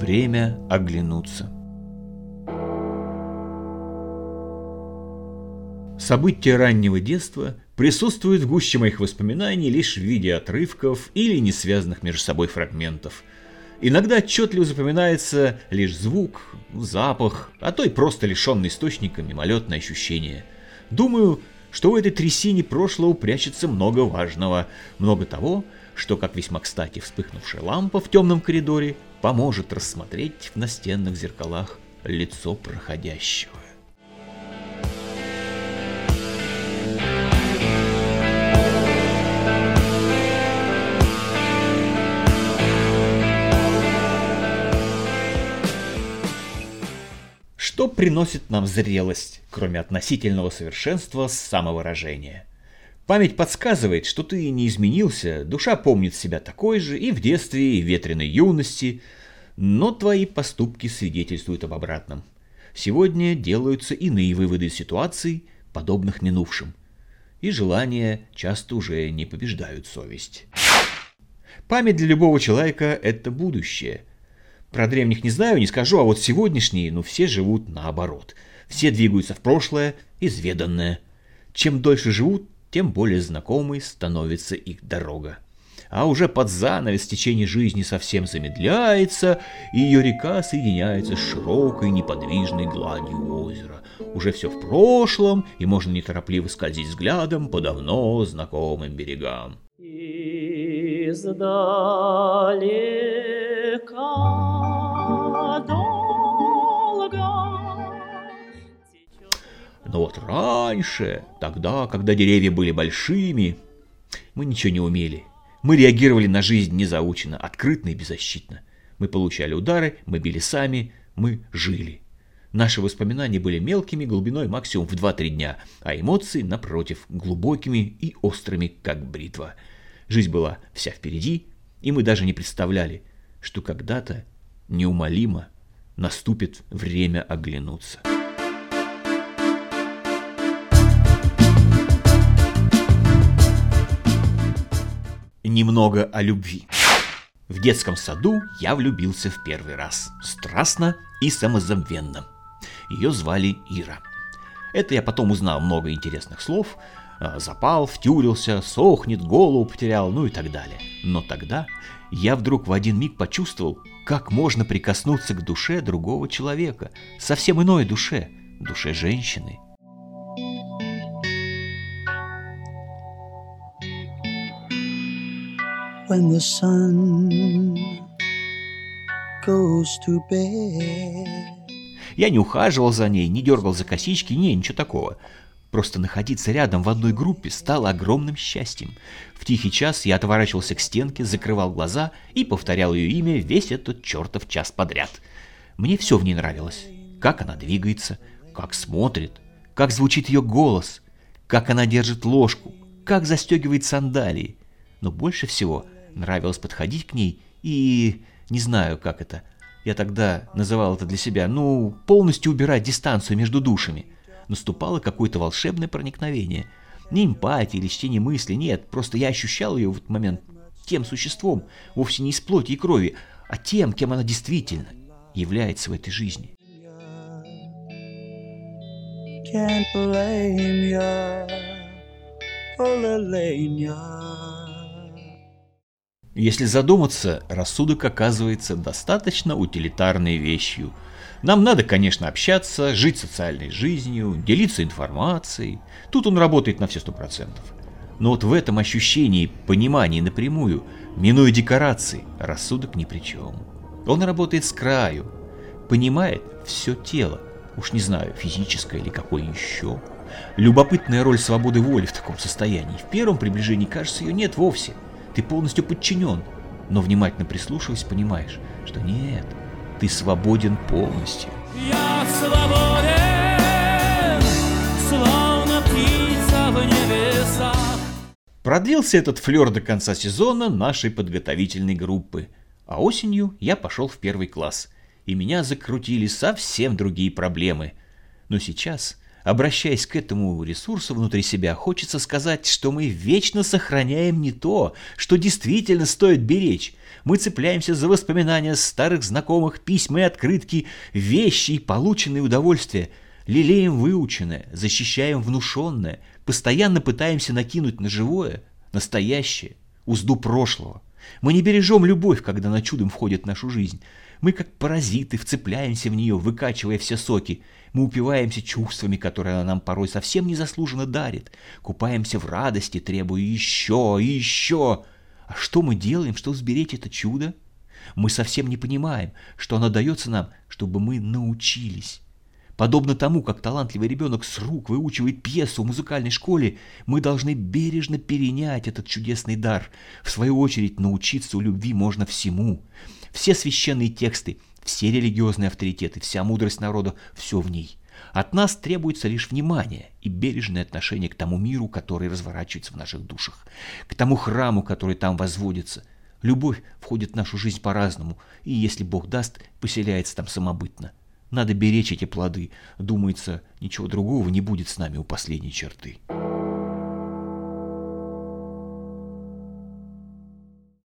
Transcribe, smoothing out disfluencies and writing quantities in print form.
Время оглянуться. События раннего детства присутствуют в гуще моих воспоминаний лишь в виде отрывков или несвязанных между собой фрагментов. Иногда отчетливо запоминается лишь звук, запах, а то и просто лишенный источника мимолетное ощущение. Думаю, что в этой трясине прошлого прячется много важного, много того, что, как весьма кстати вспыхнувшая лампа в темном коридоре, поможет рассмотреть в настенных зеркалах лицо проходящего. Что приносит нам зрелость, кроме относительного совершенства самовыражения? Память подсказывает, что ты не изменился, душа помнит себя такой же и в детстве, и в ветреной юности, но твои поступки свидетельствуют об обратном. Сегодня делаются иные выводы из ситуаций, подобных минувшим, и желания часто уже не побеждают совесть. Память для любого человека – это будущее. Про древних не знаю, не скажу, а вот сегодняшние, все живут наоборот. Все двигаются в прошлое, изведанное. Чем дольше живут, тем более знакомой становится их дорога. А уже под занавес течение жизни совсем замедляется, и ее река соединяется с широкой неподвижной гладью озера. Уже все в прошлом, и можно неторопливо скользить взглядом по давно знакомым берегам. Но вот раньше, тогда, когда деревья были большими, мы ничего не умели. Мы реагировали на жизнь незаученно, открытно и беззащитно. Мы получали удары, мы били сами, мы жили. Наши воспоминания были мелкими, глубиной максимум в 2-3 дня, а эмоции, напротив, глубокими и острыми, как бритва. Жизнь была вся впереди, и мы даже не представляли, что когда-то неумолимо наступит время оглянуться. Немного о любви. В детском саду я влюбился в первый раз, страстно и самозабвенно. Ее звали Ира. Это я потом узнал много интересных слов. Запал, втюрился, сохнет, голову потерял, и так далее. Но тогда я вдруг в один миг почувствовал, как можно прикоснуться к душе другого человека, совсем иной душе, душе женщины. When the sun goes to bed. Я не ухаживал за ней, не дергал за косички, ничего такого. Просто находиться рядом в одной группе стало огромным счастьем. В тихий час я отворачивался к стенке, закрывал глаза и повторял ее имя весь этот чертов час подряд. Мне все в ней нравилось. Как она двигается, как смотрит, как звучит ее голос, как она держит ложку, как застегивает сандалии. Но больше всего нравилось подходить к ней и... не знаю, как это. Я тогда называл это для себя, полностью убирать дистанцию между душами. Наступало какое-то волшебное проникновение. Не эмпатия или чтение мыслей, нет, просто я ощущал ее в этот момент тем существом, вовсе не из плоти и крови, а тем, кем она действительно является в этой жизни. Can't blame ya, Если задуматься, рассудок оказывается достаточно утилитарной вещью. Нам надо, конечно, общаться, жить социальной жизнью, делиться информацией. Тут он работает на все 100%. Но вот в этом ощущении, понимании напрямую, минуя декорации, рассудок ни при чем. Он работает с краю, понимает все тело, уж не знаю, физическое или какое еще. Любопытная роль свободы воли в таком состоянии. В первом приближении, кажется, ее нет вовсе. Ты полностью подчинен, но внимательно прислушиваясь, понимаешь, что нет, ты свободен полностью. Я свободен, словно птица в небесах. Продлился этот флёр до конца сезона нашей подготовительной группы, а осенью я пошел в 1 класс, и меня закрутили совсем другие проблемы. Но сейчас Обращаясь к этому ресурсу внутри себя, хочется сказать, что мы вечно сохраняем не то, что действительно стоит беречь. Мы цепляемся за воспоминания старых знакомых, письма и открытки, вещи и полученные удовольствия. Лелеем выученное, защищаем внушенное, постоянно пытаемся накинуть на живое, настоящее, узду прошлого. Мы не бережем любовь, когда она чудом входит в нашу жизнь. Мы, как паразиты, вцепляемся в нее, выкачивая все соки. Мы упиваемся чувствами, которые она нам порой совсем незаслуженно дарит. Купаемся в радости, требуя еще и еще. А что мы делаем, чтобы сберечь это чудо? Мы совсем не понимаем, что оно дается нам, чтобы мы научились. Подобно тому, как талантливый ребенок с рук выучивает пьесу в музыкальной школе, мы должны бережно перенять этот чудесный дар. В свою очередь, научиться у любви можно всему. Все священные тексты, все религиозные авторитеты, вся мудрость народа – все в ней. От нас требуется лишь внимание и бережное отношение к тому миру, который разворачивается в наших душах, к тому храму, который там возводится. Любовь входит в нашу жизнь по-разному, и, если Бог даст, поселяется там самобытно. Надо беречь эти плоды. Думается, ничего другого не будет с нами у последней черты.